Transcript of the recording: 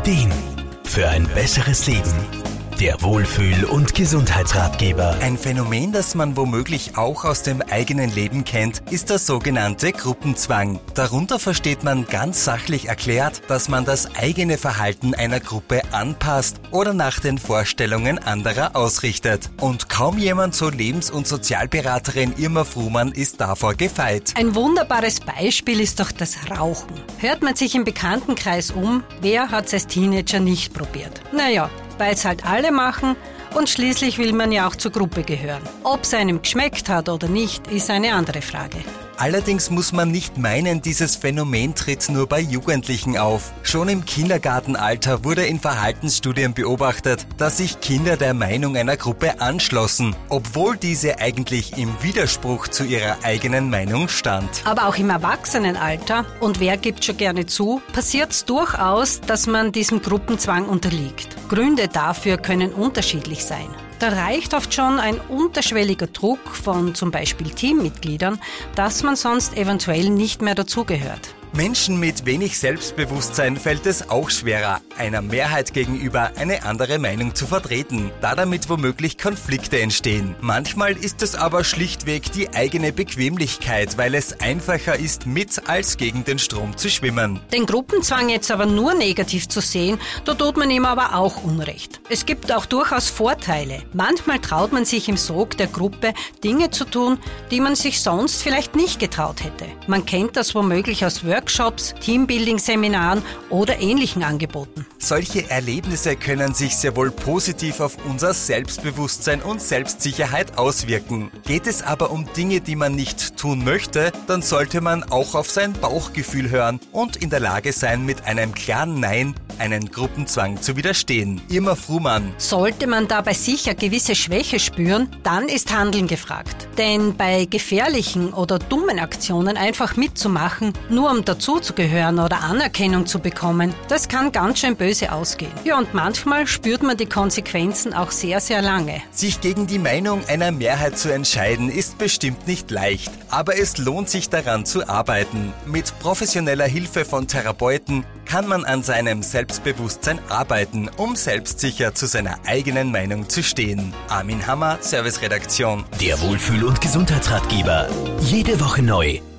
Ideen für ein besseres Leben. Der Wohlfühl- und Gesundheitsratgeber. Ein Phänomen, das man womöglich auch aus dem eigenen Leben kennt, ist der sogenannte Gruppenzwang. Darunter versteht man ganz sachlich erklärt, dass man das eigene Verhalten einer Gruppe anpasst oder nach den Vorstellungen anderer ausrichtet. Und kaum jemand, so Lebens- und Sozialberaterin Irma Fruhmann, ist davor gefeit. Ein wunderbares Beispiel ist doch das Rauchen. Hört man sich im Bekanntenkreis um, wer hat es als Teenager nicht probiert? Naja, weil es halt alle machen und schließlich will man ja auch zur Gruppe gehören. Ob es einem geschmeckt hat oder nicht, ist eine andere Frage. Allerdings muss man nicht meinen, dieses Phänomen tritt nur bei Jugendlichen auf. Schon im Kindergartenalter wurde in Verhaltensstudien beobachtet, dass sich Kinder der Meinung einer Gruppe anschlossen, obwohl diese eigentlich im Widerspruch zu ihrer eigenen Meinung stand. Aber auch im Erwachsenenalter, und wer gibt schon gerne zu, passiert es durchaus, dass man diesem Gruppenzwang unterliegt. Gründe dafür können unterschiedlich sein. Da reicht oft schon ein unterschwelliger Druck von zum Beispiel Teammitgliedern, dass man sonst eventuell nicht mehr dazugehört. Menschen mit wenig Selbstbewusstsein fällt es auch schwerer, einer Mehrheit gegenüber eine andere Meinung zu vertreten, da damit womöglich Konflikte entstehen. Manchmal ist es aber schlichtweg die eigene Bequemlichkeit, weil es einfacher ist, mit als gegen den Strom zu schwimmen. Den Gruppenzwang jetzt aber nur negativ zu sehen, da tut man ihm aber auch Unrecht. Es gibt auch durchaus Vorteile. Manchmal traut man sich im Sog der Gruppe, Dinge zu tun, die man sich sonst vielleicht nicht getraut hätte. Man kennt das womöglich aus Workshops, Teambuilding-Seminaren oder ähnlichen Angeboten. Solche Erlebnisse können sich sehr wohl positiv auf unser Selbstbewusstsein und Selbstsicherheit auswirken. Geht es aber um Dinge, die man nicht tun möchte, dann sollte man auch auf sein Bauchgefühl hören und in der Lage sein, mit einem klaren Nein einen Gruppenzwang zu widerstehen. Irma Fruhmann. Sollte man da bei sich eine gewisse Schwäche spüren, dann ist Handeln gefragt. Denn bei gefährlichen oder dummen Aktionen einfach mitzumachen, nur um dazuzugehören oder Anerkennung zu bekommen, das kann ganz schön böse ausgehen. Ja, und manchmal spürt man die Konsequenzen auch sehr, sehr lange. Sich gegen die Meinung einer Mehrheit zu entscheiden, ist bestimmt nicht leicht. Aber es lohnt sich daran zu arbeiten. Mit professioneller Hilfe von Therapeuten kann man an seinem Selbstbewusstsein arbeiten, um selbstsicher zu seiner eigenen Meinung zu stehen. Armin Hammer, Serviceredaktion. Der Wohlfühl- und Gesundheitsratgeber. Jede Woche neu.